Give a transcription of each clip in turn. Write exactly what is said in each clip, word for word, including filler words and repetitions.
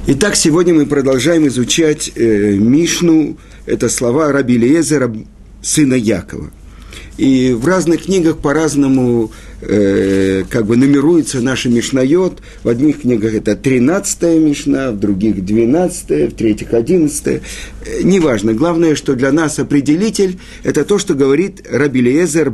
Итак, сегодня мы продолжаем изучать э, Мишну, это слова раби Элиэзера, сына Якова. И в разных книгах по-разному э, как бы нумеруется наша Мишнайот. В одних книгах это тринадцатая Мишна, в других двенадцатая, в третьих одиннадцатая. Э, неважно. Главное, что для нас определитель – это то, что говорит раби Элиэзер,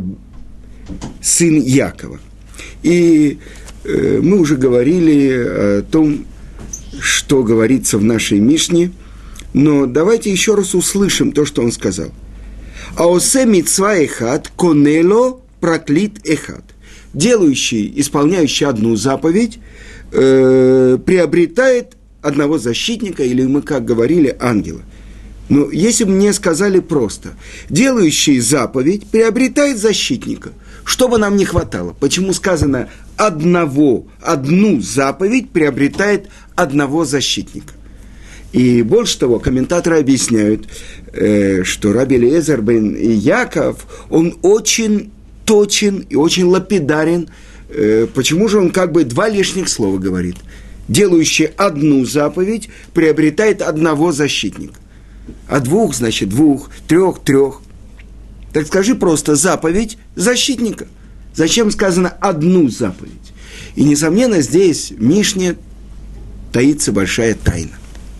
сын Якова. И э, мы уже говорили о том, что говорится в нашей Мишне, но давайте еще раз услышим то, что он сказал. «Аосе мицва эхад, конело проклит эхад». Делающий, исполняющий одну заповедь, э, приобретает одного защитника, или мы, как говорили, ангела. Но если бы мне сказали просто, делающий заповедь приобретает защитника, что бы нам не хватало? Почему сказано одного, одну заповедь приобретает одного защитника? И больше того, комментаторы объясняют, э, что раби Элиэзер бен Яков, он очень точен и очень лапидарен. Э, почему же он как бы два лишних слова говорит? Делающий одну заповедь приобретает одного защитника. А двух, значит, двух, трех, трех. Так скажи просто заповедь защитника. Зачем сказано одну заповедь? И, несомненно, здесь в Мишне таится большая тайна.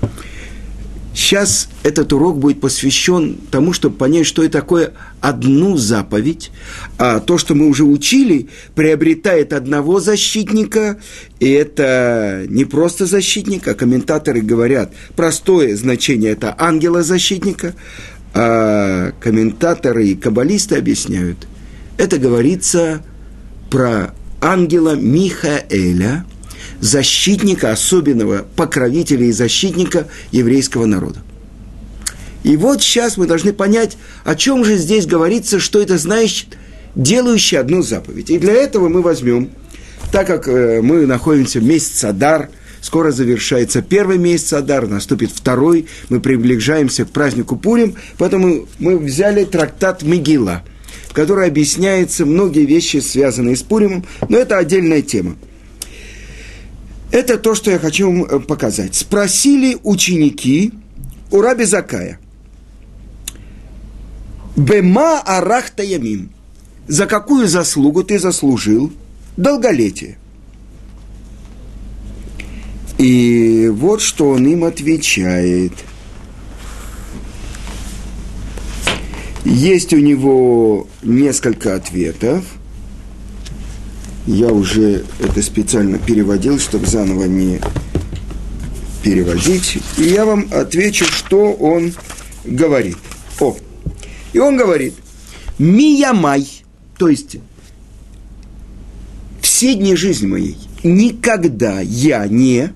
Сейчас этот урок будет посвящен тому, чтобы понять, что это такое одну заповедь, а то, что мы уже учили, приобретает одного защитника, и это не просто защитник, а комментаторы говорят, простое значение – это ангела-защитника, а комментаторы и каббалисты объясняют, это говорится про ангела Михаэля, защитника, особенного покровителя и защитника еврейского народа. И вот сейчас мы должны понять, о чем же здесь говорится, что это значит, делающий одну заповедь. И для этого мы возьмем, так как э, мы находимся в месяц Адар, скоро завершается первый месяц Адар, наступит второй, мы приближаемся к празднику Пурим, поэтому мы взяли трактат Мегилла, в котором объясняются многие вещи, связанные с Пуримом, но это отдельная тема. Это то, что я хочу вам показать. Спросили ученики у раби Заккая: «Бема арахта ямим» – за какую заслугу ты заслужил долголетие? И вот что он им отвечает. Есть у него несколько ответов. Я уже это специально переводил, чтобы заново не переводить. И я вам отвечу, что он говорит. О, и он говорит: «Миямай», то есть все дни жизни моей, никогда я не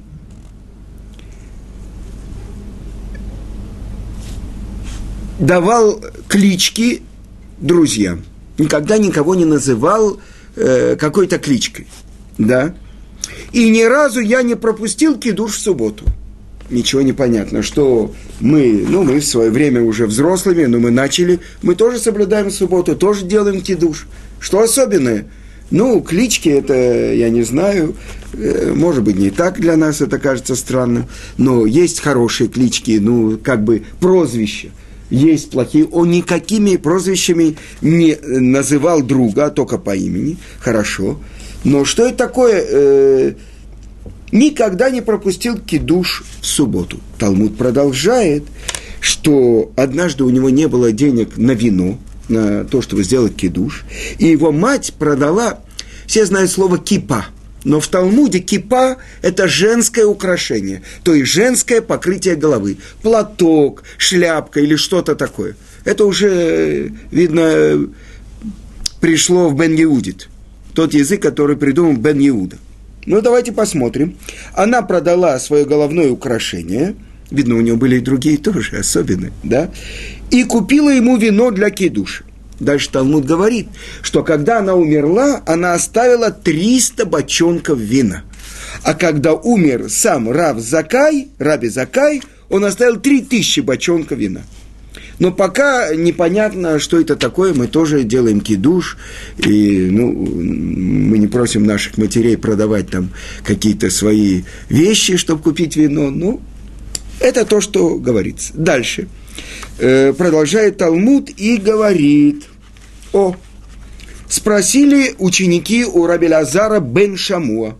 давал клички друзьям, никогда никого не называл э, какой-то кличкой, да, и ни разу я не пропустил кидуш в субботу». Ничего не понятно, что мы, ну, мы в свое время уже взрослыми, но мы начали, мы тоже соблюдаем субботу, тоже делаем кидуш. Что особенное? Ну, клички, это, я не знаю, э, может быть, не так для нас это кажется странным, но есть хорошие клички, ну, как бы прозвища. Есть плохие. Он никакими прозвищами не называл друга, а только по имени. Хорошо. Но что это такое? Э, никогда не пропустил кидуш в субботу. Талмуд продолжает, что однажды у него не было денег на вино, на то, чтобы сделать кидуш, и его мать продала, все знают слово кипа, но в Талмуде кипа – это женское украшение, то есть женское покрытие головы, платок, шляпка или что-то такое. Это уже, видно, пришло в Бен Еудит, тот язык, который придумал Бен Еуда. Ну, давайте посмотрим. Она продала свое головное украшение, видно, у нее были и другие тоже особенные, да, и купила ему вино для кидуша. Дальше Талмуд говорит, что когда она умерла, она оставила триста бочонков вина. А когда умер сам Рав Заккай, раби Заккай, он оставил три тысячи бочонков вина. Но пока непонятно, что это такое, мы тоже делаем кидуш, и ну, мы не просим наших матерей продавать там какие-то свои вещи, чтобы купить вино, ну, это то, что говорится. Дальше. Э, продолжает Талмуд и говорит, о, спросили ученики у раби Элазара бен Шамуа,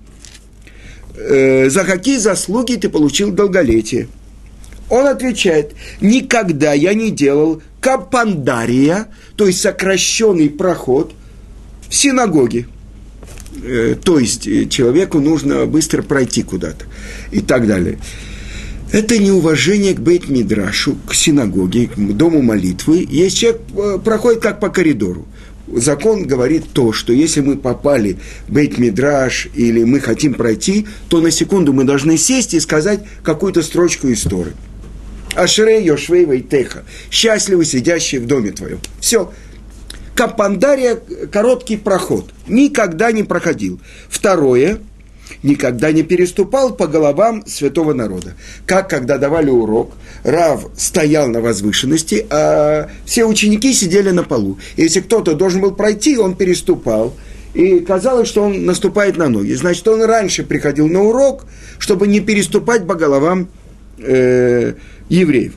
э, за какие заслуги ты получил долголетие? Он отвечает, никогда я не делал капандария, то есть сокращенный проход в синагоге. Э, то есть человеку нужно быстро пройти куда-то и так далее. Это неуважение к бейт-мидрашу, к синагоге, к дому молитвы. Если человек проходит как по коридору, закон говорит то, что если мы попали в бейт-мидраш или мы хотим пройти, то на секунду мы должны сесть и сказать какую-то строчку из Торы. Ашрей Йошвей Вейтеха, счастливый сидящий в доме твоем. Все. Капандария, короткий проход. Никогда не проходил. Второе. Никогда не переступал по головам святого народа. Как когда давали урок, Рав стоял на возвышенности, а все ученики сидели на полу. Если кто-то должен был пройти, он переступал. И казалось, что он наступает на ноги. Значит, он раньше приходил на урок, чтобы не переступать по головам э, евреев.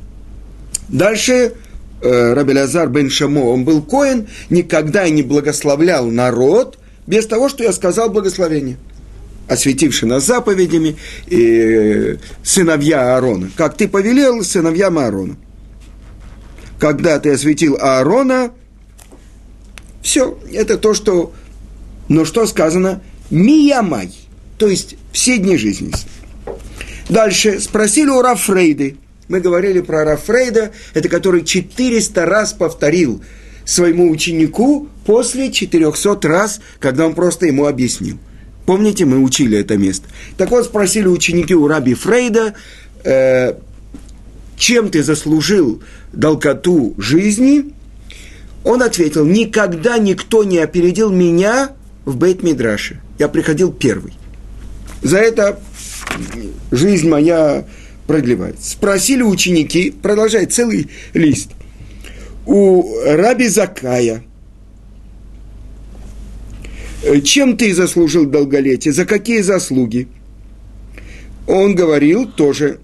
Дальше э, раби Элазар бен Шамуа, он был коэн, никогда не благословлял народ без того, что я сказал благословение. Осветивший нас заповедями, и сыновья Аарона. Как ты повелел сыновьям Аарона. Когда ты осветил Аарона, все, это то, что... Но что сказано? Миямай, то есть все дни жизни. Дальше спросили у Рав Фрейды. Мы говорили про Рав Фрейда, это который четыреста раз повторил своему ученику после четырехсот раз, когда он просто ему объяснил. Помните, мы учили это место. Так вот, спросили ученики у раби Фрейда, э, чем ты заслужил долготу жизни? Он ответил, никогда никто не опередил меня в бейт-мидраше. Я приходил первый. За это жизнь моя продлевается. Спросили ученики, продолжает целый лист, у раби Закая, чем ты заслужил долголетие, за какие заслуги? Он говорил тоже,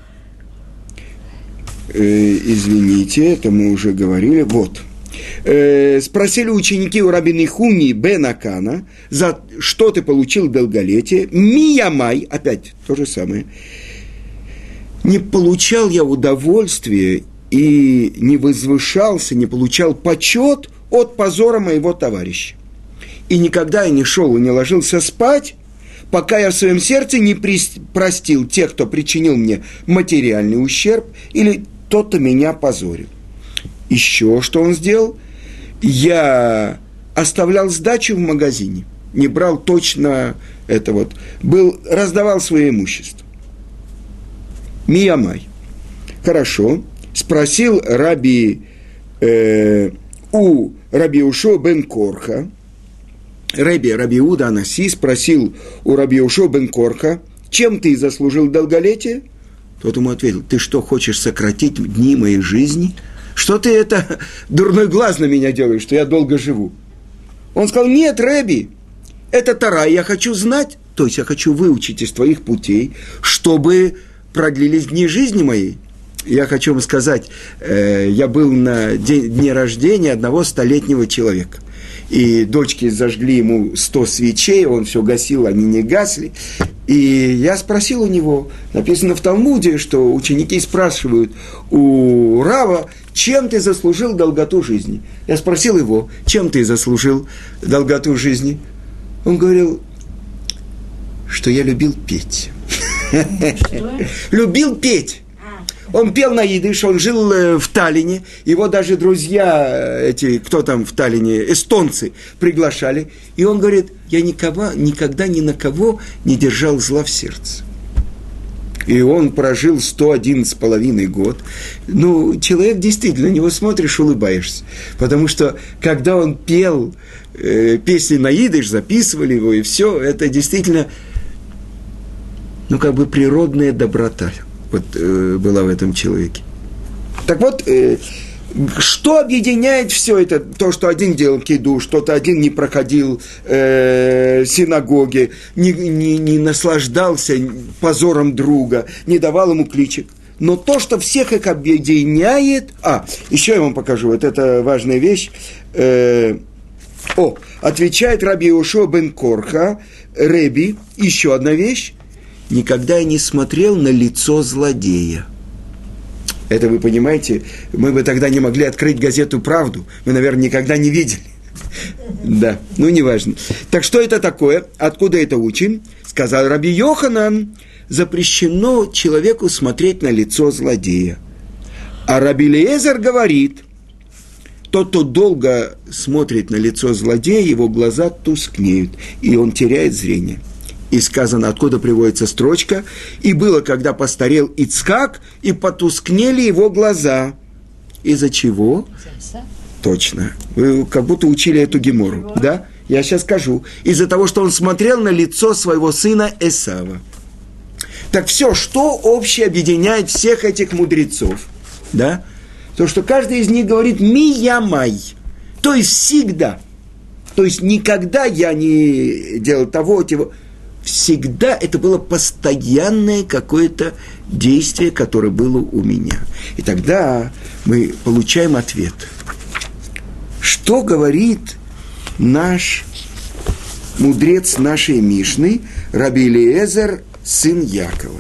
э, извините, это мы уже говорили, вот. Э, спросили ученики у раби Нехуни бен Акана, за что ты получил долголетие. Миямай, опять то же самое. Не получал я удовольствия и не возвышался, не получал почет от позора моего товарища. И никогда я не шел и не ложился спать, пока я в своем сердце не простил тех, кто причинил мне материальный ущерб, или тот, кто меня позорил. Еще что он сделал? Я оставлял сдачу в магазине, не брал точно это вот, был, раздавал свое имущество. Миямай. Хорошо. Спросил раби э, у раби Ушо бен Корха, Рэби Раби Иуда Анаси спросил у раби Йошуа бен Корха, чем ты заслужил долголетие? Тот ему ответил, ты что, хочешь сократить дни моей жизни? Что ты это дурной глаз на меня делаешь, что я долго живу? Он сказал, нет, Рэби, это Тора, я хочу знать, то есть я хочу выучить из твоих путей, чтобы продлились дни жизни моей. Я хочу вам сказать, э, я был на день, дне рождения одного столетнего человека. И дочки зажгли ему сто свечей, он все гасил, они не гасли. И я спросил у него, написано в Талмуде, что ученики спрашивают у Рава, чем ты заслужил долготу жизни? Я спросил его, чем ты заслужил долготу жизни? Он говорил, что я любил петь. Любил петь. Он пел на идиш, он жил в Таллине, его даже друзья, эти, кто там в Таллине, эстонцы, приглашали. И он говорит, я никого, никогда ни на кого не держал зла в сердце. И он прожил сто один с половиной год. Ну, человек действительно, на него смотришь, улыбаешься. Потому что, когда он пел э, песни на идиш, записывали его, и все, это действительно, ну, как бы природная доброта. Вот, э, была в этом человеке. Так вот, э, что объединяет все это? То, что один делал киду, что-то один не проходил э, синагоги, не, не, не наслаждался позором друга, не давал ему кличек. Но то, что всех их объединяет... А, еще я вам покажу, вот это важная вещь. Э, о, отвечает Раби Йошуа бен Корха, Реби, еще одна вещь. Никогда я не смотрел на лицо злодея. Это вы понимаете, мы бы тогда не могли открыть газету «Правду». Мы, наверное, никогда не видели. Да, ну, неважно. Так что это такое? Откуда это учим? Сказал Раби Йоханан, запрещено человеку смотреть на лицо злодея. А Раби Элиэзер говорит, тот, кто долго смотрит на лицо злодея, его глаза тускнеют, и он теряет зрение. И сказано, откуда приводится строчка. И было, когда постарел Ицхак, и потускнели его глаза. Из-за чего? Точно. Вы как будто учили эту гемору. Да? Я сейчас скажу. Из-за того, что он смотрел на лицо своего сына Эсава. Так все, что общее объединяет всех этих мудрецов? Да? То, что каждый из них говорит «ми-я-май». То есть всегда. То есть никогда я не делал того, того. Всегда это было постоянное какое-то действие, которое было у меня. И тогда мы получаем ответ. Что говорит наш мудрец нашей Мишны, Раби Элиэзер, сын Якова?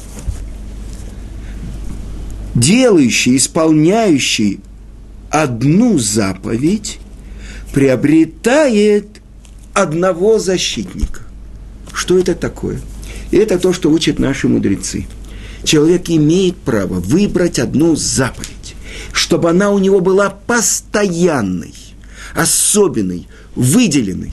Делающий, исполняющий одну заповедь, приобретает одного защитника. Что это такое? И это то, что учат наши мудрецы. Человек имеет право выбрать одну заповедь, чтобы она у него была постоянной, особенной, выделенной.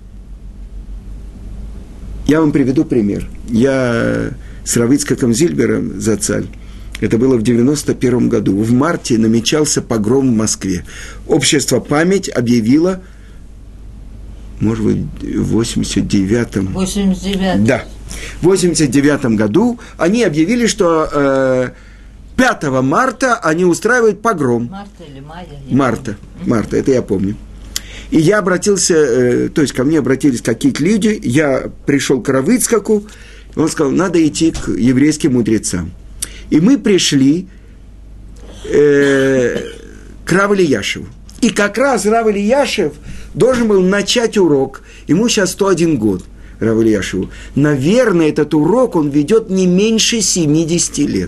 Я вам приведу пример. Я с Рав Ицхаком Зильбером зацаль. Это было в девяносто первом году. В марте намечался погром в Москве. Общество «Память» объявило, может быть, в восемьдесят девятом... восемьдесят девятом. Да. В восемьдесят девятом году они объявили, что э, пятого марта они устраивают погром. Марта или мая? Марта. Марта, это я помню. И я обратился, э, то есть ко мне обратились какие-то люди, я пришел к Рав Ицхаку, он сказал, надо идти к еврейским мудрецам. И мы пришли э, к Раву Элияшеву. И как раз Рав Элияшев должен был начать урок. Ему сейчас сто один год, Раву Элияшеву. Наверное, этот урок он ведет не меньше семидесяти лет.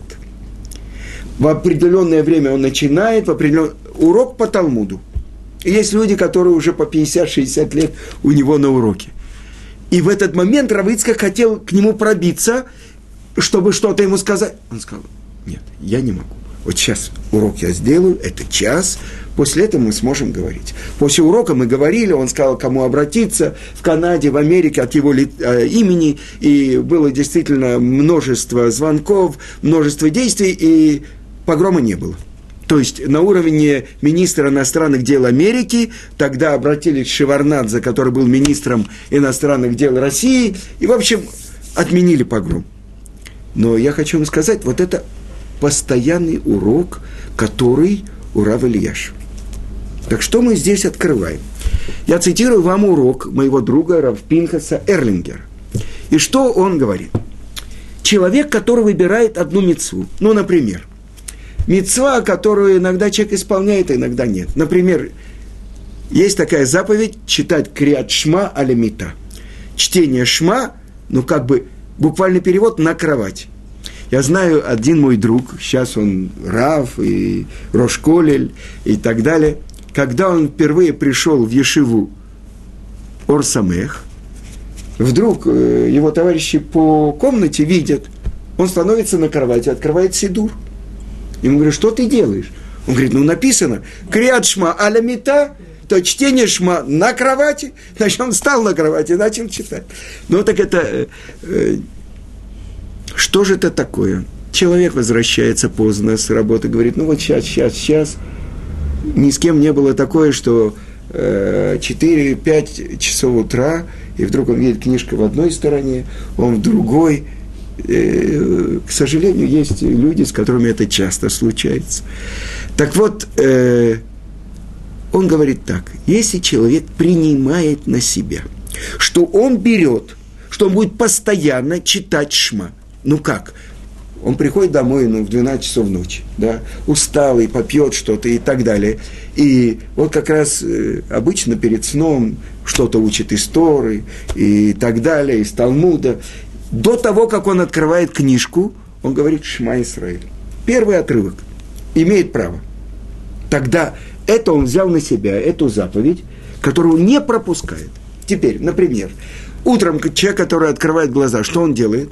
В определенное время он начинает, в определенное... урок по Талмуду. И есть люди, которые уже по пятьдесят-шестьдесят лет у него на уроке. И в этот момент Рав Ицхак хотел к нему пробиться, чтобы что-то ему сказать. Он сказал, нет, я не могу. Вот сейчас урок я сделаю, это час, после этого мы сможем говорить. После урока мы говорили, он сказал, кому обратиться, в Канаде, в Америке от его ли, э, имени, и было действительно множество звонков, множество действий, и погрома не было. То есть на уровне министра иностранных дел Америки, тогда обратились к Шеварднадзе, который был министром иностранных дел России, и, в общем, отменили погром. Но я хочу вам сказать, вот это постоянный урок, который у Рава Элияшева. Так что мы здесь открываем? Я цитирую вам урок моего друга Рав Пинхаса Эрлингера. И что он говорит? Человек, который выбирает одну мицву, ну, например, мицва, которую иногда человек исполняет, а иногда нет. Например, есть такая заповедь читать Криат Шма аля мита. Чтение Шма, ну, как бы, буквальный перевод на кровать. Я знаю, один мой друг, сейчас он рав и рош колель и так далее, когда он впервые пришел в ешиву Ор Самех, вдруг его товарищи по комнате видят, он становится на кровати, открывает сидур. Ему говорят, что ты делаешь? Он говорит, ну написано, Криат Шма аля мита, то чтение Шма на кровати. Значит, он встал на кровати и начал читать. Ну, так это... Э, что же это такое? Человек возвращается поздно с работы, говорит, ну вот сейчас, сейчас, сейчас. Ни с кем не было такое, что э, четыре-пять часов утра, и вдруг он видит книжку в одной стороне, он в другой. Э, к сожалению, есть люди, с которыми это часто случается. Так вот, э, он говорит так, если человек принимает на себя, что он берет, что он будет постоянно читать Шма, ну как? Он приходит домой, ну, в двенадцать часов ночи, да, усталый, попьет что-то и так далее. И вот как раз э, обычно перед сном что-то учит из Торы и так далее, из Талмуда. До того, как он открывает книжку, он говорит «Шма Исраэль». Первый отрывок. Имеет право. Тогда это он взял на себя, эту заповедь, которую не пропускает. Теперь, например, утром человек, который открывает глаза, что он делает?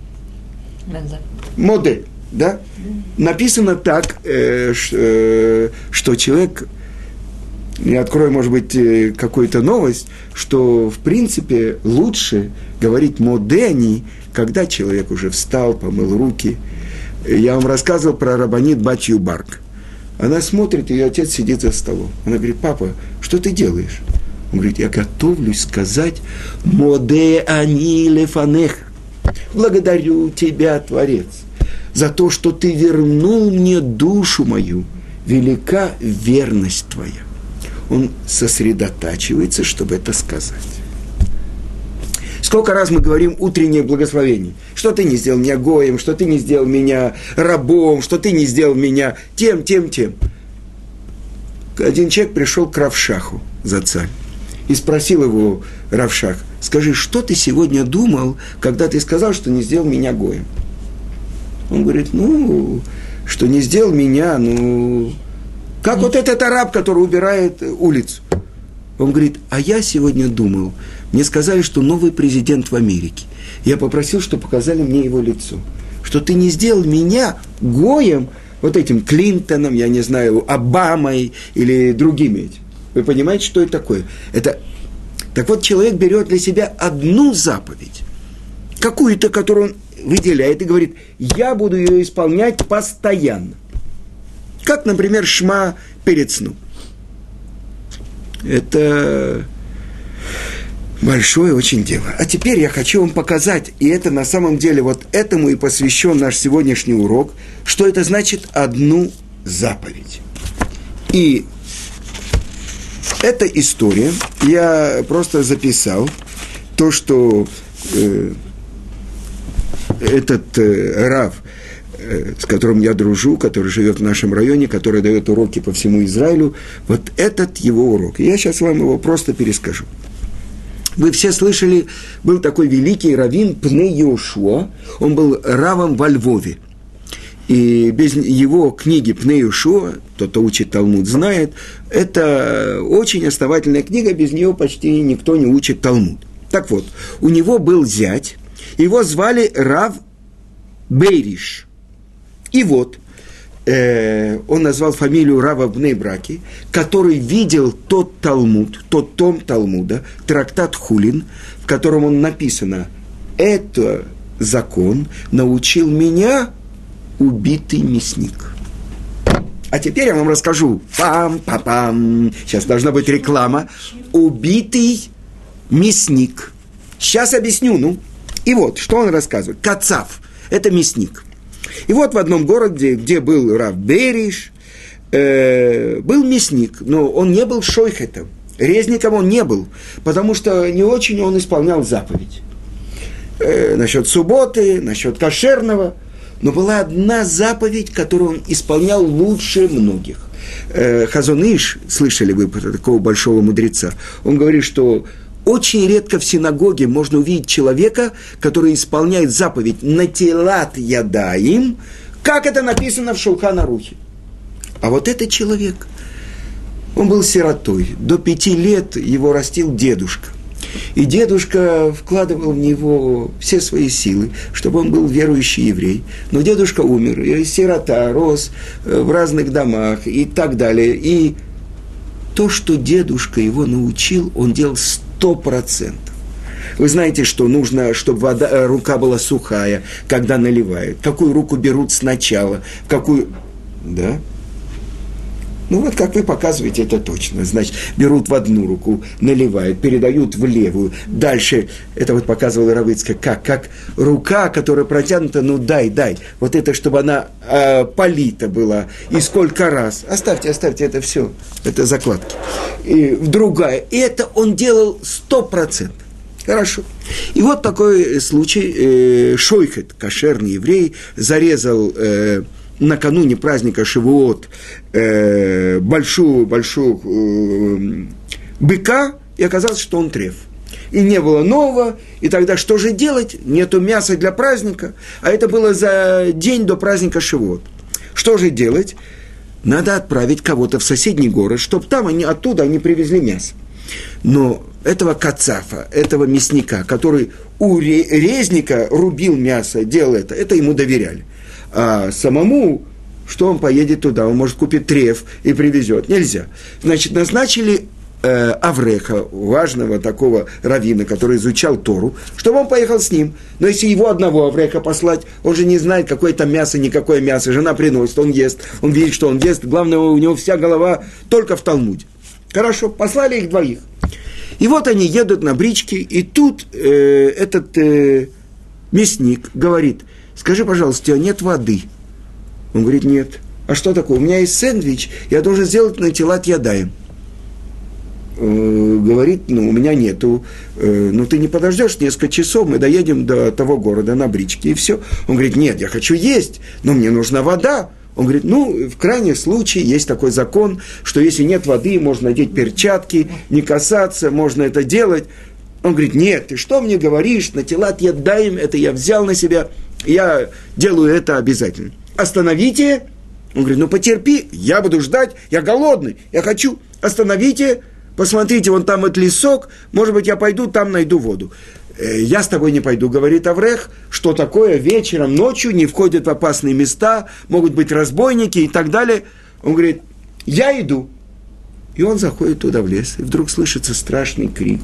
Модель, да? Написано так, э, ш, э, что человек, я открою, может быть, э, какую-то новость, что, в принципе, лучше говорить модени, когда человек уже встал, помыл руки. Я вам рассказывал про рабанит Батью Барк. Она смотрит, ее отец сидит за столом. Она говорит: папа, что ты делаешь? Он говорит: я готовлюсь сказать «Моде ани лефанех». Благодарю тебя, Творец, за то, что ты вернул мне душу мою. Велика верность твоя. Он сосредотачивается, чтобы это сказать. Сколько раз мы говорим утреннее благословение? Что ты не сделал меня гоем, что ты не сделал меня рабом, что ты не сделал меня тем, тем, тем. Один человек пришел к Равшаху, Зацаль, и спросил его: Равшах, скажи, что ты сегодня думал, когда ты сказал, что не сделал меня гоем? Он говорит: ну, что не сделал меня, ну, как вот этот араб, который убирает улицу. Он говорит: а я сегодня думал, мне сказали, что новый президент в Америке. Я попросил, чтобы показали мне его лицо. Что ты не сделал меня гоем, вот этим Клинтоном, я не знаю, Обамой или другими этим. Вы понимаете, что это такое? Это... Так вот, человек берет для себя одну заповедь, какую-то, которую он выделяет и говорит: я буду ее исполнять постоянно. Как, например, Шма перед сном. Это большое очень дело. А теперь я хочу вам показать, и это на самом деле вот этому и посвящен наш сегодняшний урок, что это значит одну заповедь. И эта история, я просто записал то, что э, этот э, Рав, э, с которым я дружу, который живет в нашем районе, который дает уроки по всему Израилю, вот этот его урок. И я сейчас вам его просто перескажу. Вы все слышали, был такой великий раввин Пней Йошуа, он был равом во Львове. И без его книги Пней Йошуа, тот, кто учит Талмуд, знает, это очень основательная книга, без нее почти никто не учит Талмуд. Так вот, у него был зять, его звали Рав Бейриш. И вот, э, он назвал фамилию Рава в Бней-Браке, который видел тот Талмуд, тот том Талмуда, трактат Хулин, в котором он написано: «Это закон научил меня убитый мясник». А теперь я вам расскажу. Пам-па-пам. Сейчас должна быть реклама. Убитый мясник. Сейчас объясню, ну. И вот, что он рассказывает. Кацав. Это мясник. И вот в одном городе, где был Рав Бейриш, э, был мясник, но он не был шойхетом. Резником он не был, потому что не очень он исполнял заповедь. Э, насчет субботы, насчет кошерного. Но была одна заповедь, которую он исполнял лучше многих. Э, Хазон Иш, слышали вы про такого большого мудреца, он говорит, что очень редко в синагоге можно увидеть человека, который исполняет заповедь «Натилат ядаим», как это написано в Шулхан Арухе. А вот этот человек, он был сиротой. До пяти лет его растил дедушка. И дедушка вкладывал в него все свои силы, чтобы он был верующий еврей. Но дедушка умер, и сирота рос в разных домах и так далее. И то, что дедушка его научил, он делал сто процентов. Вы знаете, что нужно, чтобы вода, рука была сухая, когда наливают. Какую руку берут сначала, какую... Да? Ну вот как вы показываете, это точно. Значит, берут в одну руку, наливают, передают в левую. Дальше, это вот показывал Рав Ицхак, как, как рука, которая протянута, ну дай, дай. Вот это, чтобы она э, полита была. И сколько раз. Оставьте, оставьте, это все. Это закладки. И другая. И это он делал сто процентов. Хорошо. И вот такой случай. Э, Шойхет, кошерный еврей, зарезал... Э, накануне праздника Шивуот э, большую, большую э, быка, и оказалось, что он треф. И не было нового, и тогда что же делать? Нету мяса для праздника, а это было за день до праздника Шивуот. Что же делать? Надо отправить кого-то в соседний город, чтобы там они, оттуда они привезли мясо. Но этого кацафа, этого мясника, который у резника рубил мясо, делал это, это ему доверяли. А самому, что он поедет туда, он может купить треф и привезет. Нельзя. Значит, назначили э, Авреха, важного такого раввина, который изучал Тору, чтобы он поехал с ним. Но если его одного Авреха послать, он же не знает, какое там мясо, никакое мясо. Жена приносит, он ест, он видит, что он ест. Главное, у него вся голова только в Талмуде. Хорошо, послали их двоих. И вот они едут на бричке, и тут э, этот э, мясник говорит: скажи, пожалуйста, у тебя нет воды? Он говорит: нет. А что такое? У меня есть сэндвич, я должен сделать на тилат ядаем. Э, говорит: ну, у меня нету. Э, ну, ты не подождешь несколько часов, мы доедем до того города на бричке, и все. Он говорит: нет, я хочу есть, но мне нужна вода. Он говорит: ну, в крайнем случае есть такой закон, что если нет воды, можно надеть перчатки, не касаться, можно это делать. Он говорит: нет, ты что мне говоришь, на тилат ядаем, это я взял на себя, я делаю это обязательно. Остановите. Он говорит: ну, потерпи, я буду ждать, я голодный, я хочу. Остановите, посмотрите, вон там вот лесок, может быть, я пойду, там найду воду. Я с тобой не пойду, говорит Аврех, что такое вечером, ночью, не входят в опасные места, могут быть разбойники и так далее. Он говорит: я иду. И он заходит туда в лес, и вдруг слышится страшный крик.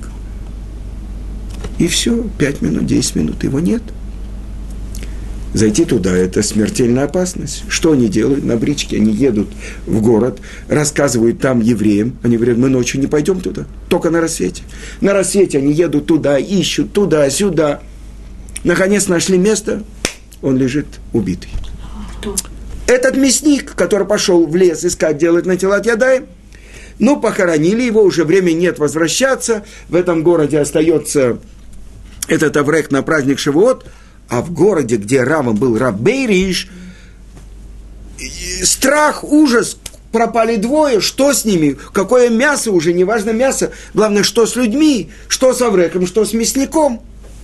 И все, пять минут, десять минут, его нет. Зайти туда – это смертельная опасность. Что они делают? На бричке они едут в город, рассказывают там евреям. Они говорят: мы ночью не пойдем туда, только на рассвете. На рассвете они едут туда, ищут туда-сюда. Наконец нашли место, он лежит убитый. Кто? Этот мясник, который пошел в лес искать, делать на тилат ядаем. Ну, похоронили его, уже времени нет возвращаться. В этом городе остается этот Аврех на праздник Шивуот. А в городе, где равом был Рав Бейриш, страх, ужас, пропали двое, что с ними, какое мясо уже, неважно мясо, главное, что с людьми, что с Аврехом, что с мясником.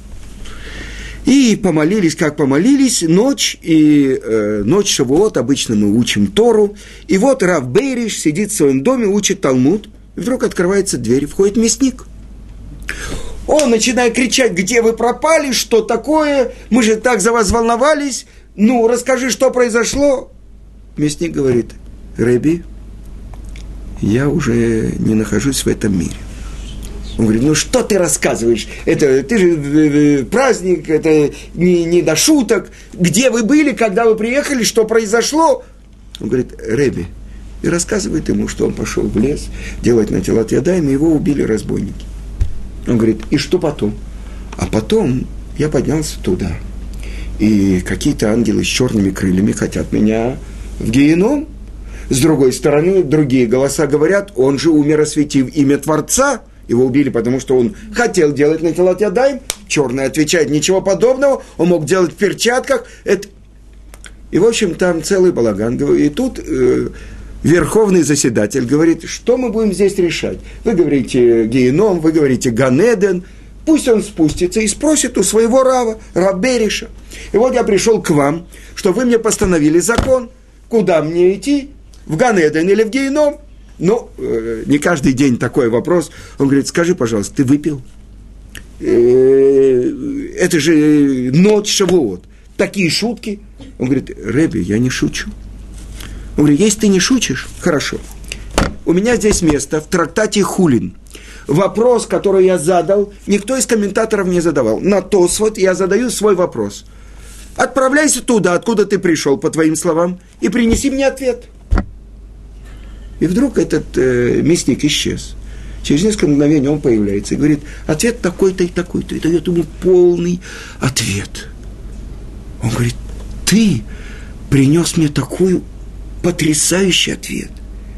И помолились, как помолились, ночь, и э, ночь Шавуот, обычно мы учим Тору, и вот Рав Бейриш сидит в своем доме, учит Талмуд, и вдруг открывается дверь, входит мясник. Он начинает кричать: где вы пропали, что такое, мы же так за вас волновались, ну, расскажи, что произошло. Мясник говорит: Рэби, я уже не нахожусь в этом мире. Он говорит: ну, что ты рассказываешь, это, ты же э, праздник, это не, не до шуток, где вы были, когда вы приехали, что произошло. Он говорит: Рэби, и рассказывает ему, что он пошел в лес делать на тилат ядаем, и его убили разбойники. Он говорит: и что потом? А потом я поднялся туда, и какие-то ангелы с черными крыльями хотят меня в гееном. С другой стороны, другие голоса говорят: он же умер, осветив имя Творца. Его убили, потому что он хотел делать на тилат ядаем. Черный отвечает: ничего подобного, он мог делать в перчатках. Это... И, в общем, там целый балаган. И тут... Э, Верховный заседатель говорит: что мы будем здесь решать? Вы говорите гееном, вы говорите Ганеден. Пусть он спустится и спросит у своего рава, Рав Бейриша. И вот я пришел к вам, что вы мне постановили закон. Куда мне идти? В Ганеден или в гееном? Ну, э, не каждый день такой вопрос. Он говорит: скажи, пожалуйста, ты выпил? Э, это же ночь Шавуот. Такие шутки. Он говорит: Рэби, я не шучу. Он говорит: если ты не шутишь, хорошо. У меня здесь место в трактате Хулин. Вопрос, который я задал, никто из комментаторов не задавал. На Тосфот я задаю свой вопрос. Отправляйся туда, откуда ты пришел, по твоим словам, и принеси мне ответ. И вдруг этот э, мясник исчез. Через несколько мгновений он появляется и говорит, ответ такой-то и такой-то. И дает ему полный ответ. Он говорит, ты принес мне такой потрясающий ответ.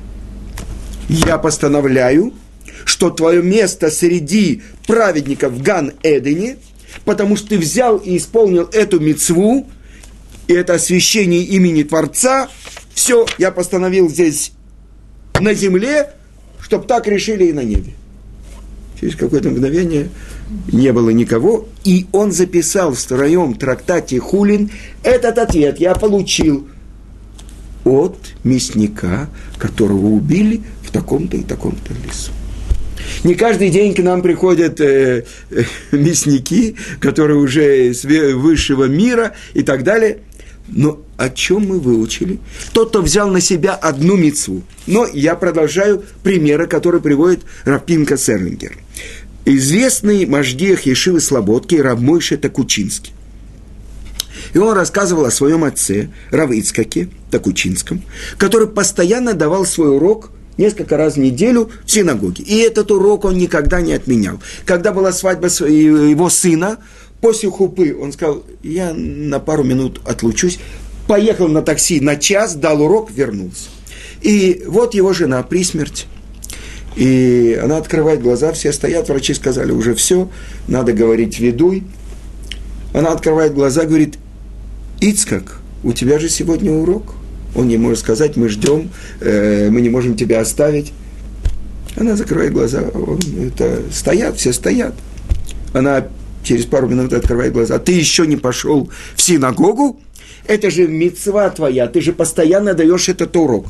Я постановляю, что твое место среди праведников в Ган-Эдене, потому что ты взял и исполнил эту мицву, и это освящение имени Творца. Все, я постановил здесь на земле, чтобы так решили и на небе. Через какое-то мгновение не было никого, и он записал в своем трактате Хулин этот ответ я получил от мясника, которого убили в таком-то и таком-то лесу. Не каждый день к нам приходят э, э, мясники, которые уже из высшего мира и так далее. Но о чем мы выучили? Тот, кто взял на себя одну мицву. Но я продолжаю примеры, которые приводит Рав Пинхас Эрлингер. Известный мажгиах Ешивы Слободки Рав Мойше Такучинский. И он рассказывал о своем отце, Рав Ицхаке Такучинском, который постоянно давал свой урок несколько раз в неделю в синагоге. И этот урок он никогда не отменял. Когда была свадьба его сына, после хупы он сказал, я на пару минут отлучусь, поехал на такси на час, дал урок, вернулся. И вот его жена при смерти. И она открывает глаза, все стоят, врачи сказали, уже все, надо говорить ведуй. Она открывает глаза, говорит, Ицхак, у тебя же сегодня урок. Он не может сказать, мы ждем, э, мы не можем тебя оставить. Она закрывает глаза, он, это, стоят, все стоят. Она через пару минут открывает глаза. Ты еще не пошел в синагогу? Это же мицва твоя, ты же постоянно даешь этот урок.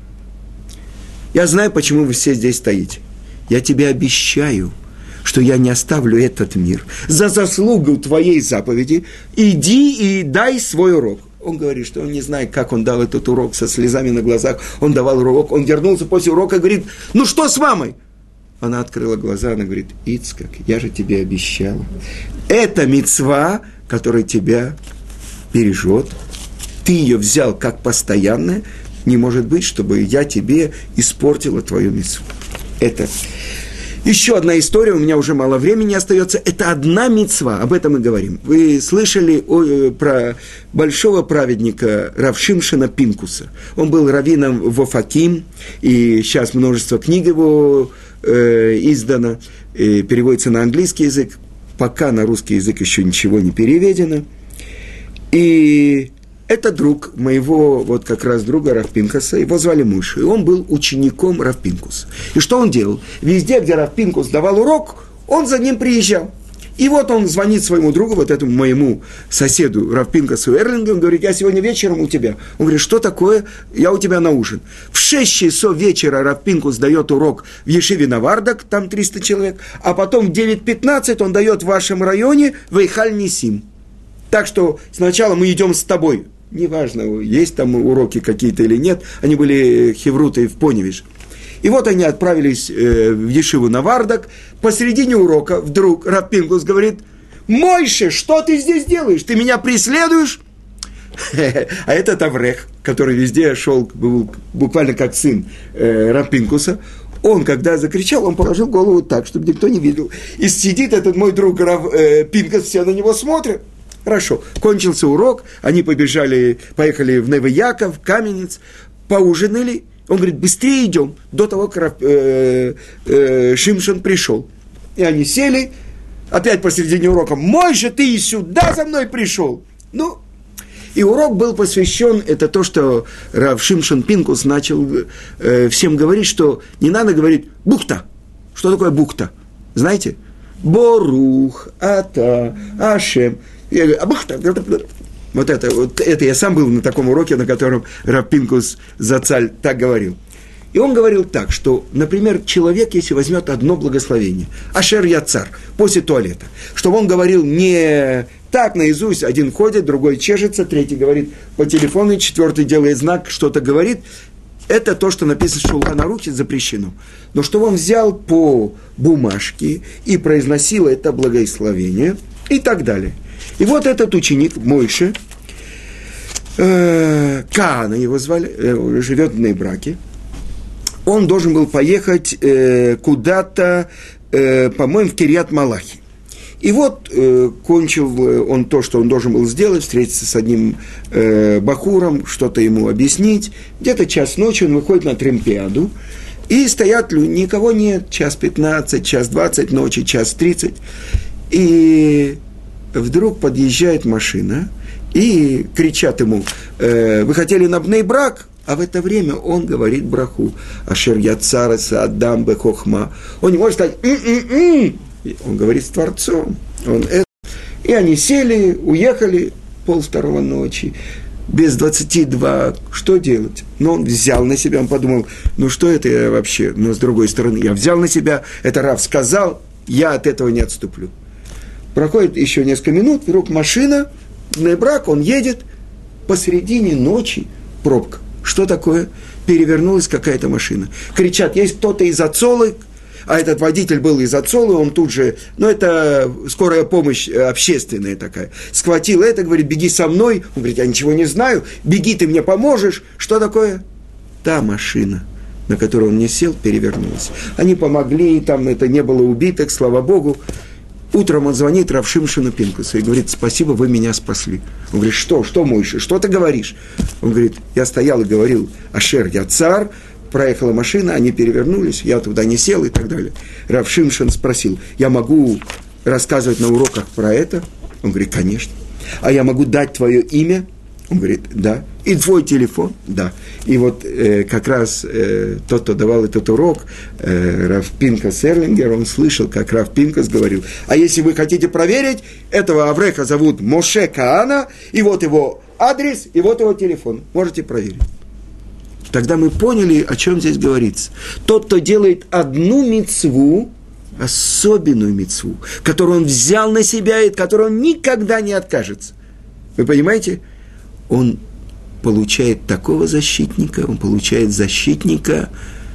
Я знаю, почему вы все здесь стоите. Я тебе обещаю, что я не оставлю этот мир. За заслугу твоей заповеди иди и дай свой урок. Он говорит, что он не знает, как он дал этот урок со слезами на глазах. Он давал урок, он вернулся после урока и говорит, ну что с мамой? Она открыла глаза, она говорит, Ицхак, я же тебе обещала. Это мицва, которая тебя бережет. Ты ее взял как постоянное. Не может быть, чтобы я тебе испортила твою мицву. Это еще одна история, у меня уже мало времени остается. Это одна мицва, об этом мы говорим. Вы слышали о, про большого праведника Рав Шимшона Пинкуса. Он был раввином в Офаким, и сейчас множество книг его э, издано, э, переводится на английский язык. Пока на русский язык еще ничего не переведено. И это друг моего, вот как раз друга Рав Пинхаса, его звали Муша, и он был учеником Рав Пинкуса. И что он делал? Везде, где Рав Пинкус давал урок, он за ним приезжал. И вот он звонит своему другу, вот этому моему соседу Рав Пинхасу Эрлингу, он говорит, я сегодня вечером у тебя. Он говорит, что такое? Я у тебя на ужин. В шесть часов вечера Рав Пинкус дает урок в Ешиве Навардак, там триста человек, а потом в девять пятнадцать он дает в вашем районе в Эйхаль-Нисим. Так что сначала мы идем с тобой. Неважно, есть там уроки какие-то или нет, они были хевруты в Поневише. И вот они отправились э, в Ешиву Навардак. Посередине урока вдруг Рав Пинкус говорит, Мойше, что ты здесь делаешь? Ты меня преследуешь? А этот Аврех, который везде шел, был буквально как сын э, Рав Пинкуса, он, когда закричал, он положил голову так, чтобы никто не видел. И сидит этот мой друг Рав э, Пинкус, все на него смотрят. Хорошо, кончился урок, они побежали, поехали в Неве-Яков, Каменец, поужинали. Он говорит, быстрее идем, до того, как э, э, Шимшон пришел. И они сели, опять посередине урока, мой же ты и сюда за мной пришел. Ну, и урок был посвящен, это то, что Рав Шимшон Пинкус начал э, всем говорить, что не надо говорить бухта. Что такое бухта? Знаете? Борух, ата, ашем. Я говорю, а бухта. Вот это, вот это я сам был на таком уроке, на котором Рав Пинкус Зацаль так говорил. И он говорил так, что, например, человек, если возьмет одно благословение, Ашер Яцар, после туалета, чтобы он говорил не так наизусть, один ходит, другой чешется, третий говорит по телефону, четвертый делает знак, что-то говорит, это то, что написано в Шулхан Арухе, запрещено. Но чтобы он взял по бумажке и произносил это благословение и так далее. И вот этот ученик, Мойше, э, Каана его звали, э, живет в Нейбраке, он должен был поехать э, куда-то, э, по-моему, в Кирьят-Малахи. И вот э, кончил он то, что он должен был сделать, встретиться с одним э, бахуром, что-то ему объяснить. Где-то час ночи он выходит на Тремпиаду, и стоят люди, никого нет, час пятнадцать, час двадцать ночи, час тридцать. И вдруг подъезжает машина, и кричат ему, э, вы хотели на бней-брак? А в это время он говорит браху. Ашер яцараса адам бе хохма. Он не может сказать «м-м-м». Он говорит с Творцом. Он это. И они сели, уехали полвторого ночи, без двадцати два. Что делать? Но он взял на себя, он подумал, ну что это я вообще? Но с другой стороны, я взял на себя, это Рав сказал, я от этого не отступлю. Проходит еще несколько минут, вдруг машина, бней-брак, он едет, посередине ночи пробка. Что такое? Перевернулась какая-то машина. Кричат, есть кто-то из Ацолы, а этот водитель был из Ацолы, он тут же, ну, это скорая помощь общественная такая, схватил это, говорит, беги со мной. Он говорит, я ничего не знаю, беги, ты мне поможешь. Что такое? Та машина, на которую он не сел, перевернулась. Они помогли, там это не было убитых, слава Богу. Утром он звонит Рав Шимшону Пинкусу и говорит, спасибо, вы меня спасли. Он говорит, что, что, Мойша, что ты говоришь? Он говорит, я стоял и говорил, Ашер Яцар, проехала машина, они перевернулись, я туда не сел и так далее. Рав Шимшон спросил, я могу рассказывать на уроках про это? Он говорит, конечно. А я могу дать твое имя? Он говорит, да. И твой телефон? Да. И вот э, как раз э, тот, кто давал этот урок, э, Рав Пинкас Эрлингер, он слышал, как Рав Пинкас говорил, а если вы хотите проверить, этого Авреха зовут Моше Каана, и вот его адрес, и вот его телефон. Можете проверить. Тогда мы поняли, о чем здесь говорится. Тот, кто делает одну мицву, особенную мицву, которую он взял на себя и от которой он никогда не откажется. Вы понимаете? Он получает такого защитника, он получает защитника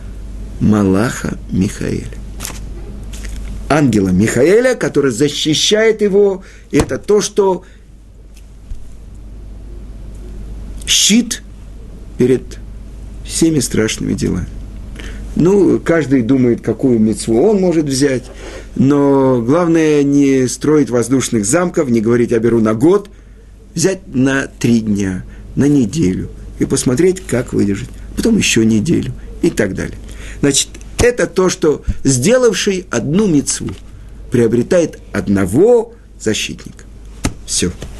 Малаха Михаэля. Ангела Михаэля, который защищает его, и это то, что щит перед всеми страшными делами. Ну, каждый думает, какую мицву он может взять, но главное не строить воздушных замков, не говорить, я беру на год, взять на три дня, на неделю и посмотреть, как выдержать. Потом еще неделю и так далее. Значит, это то, что сделавший одну мицву приобретает одного защитника. Все.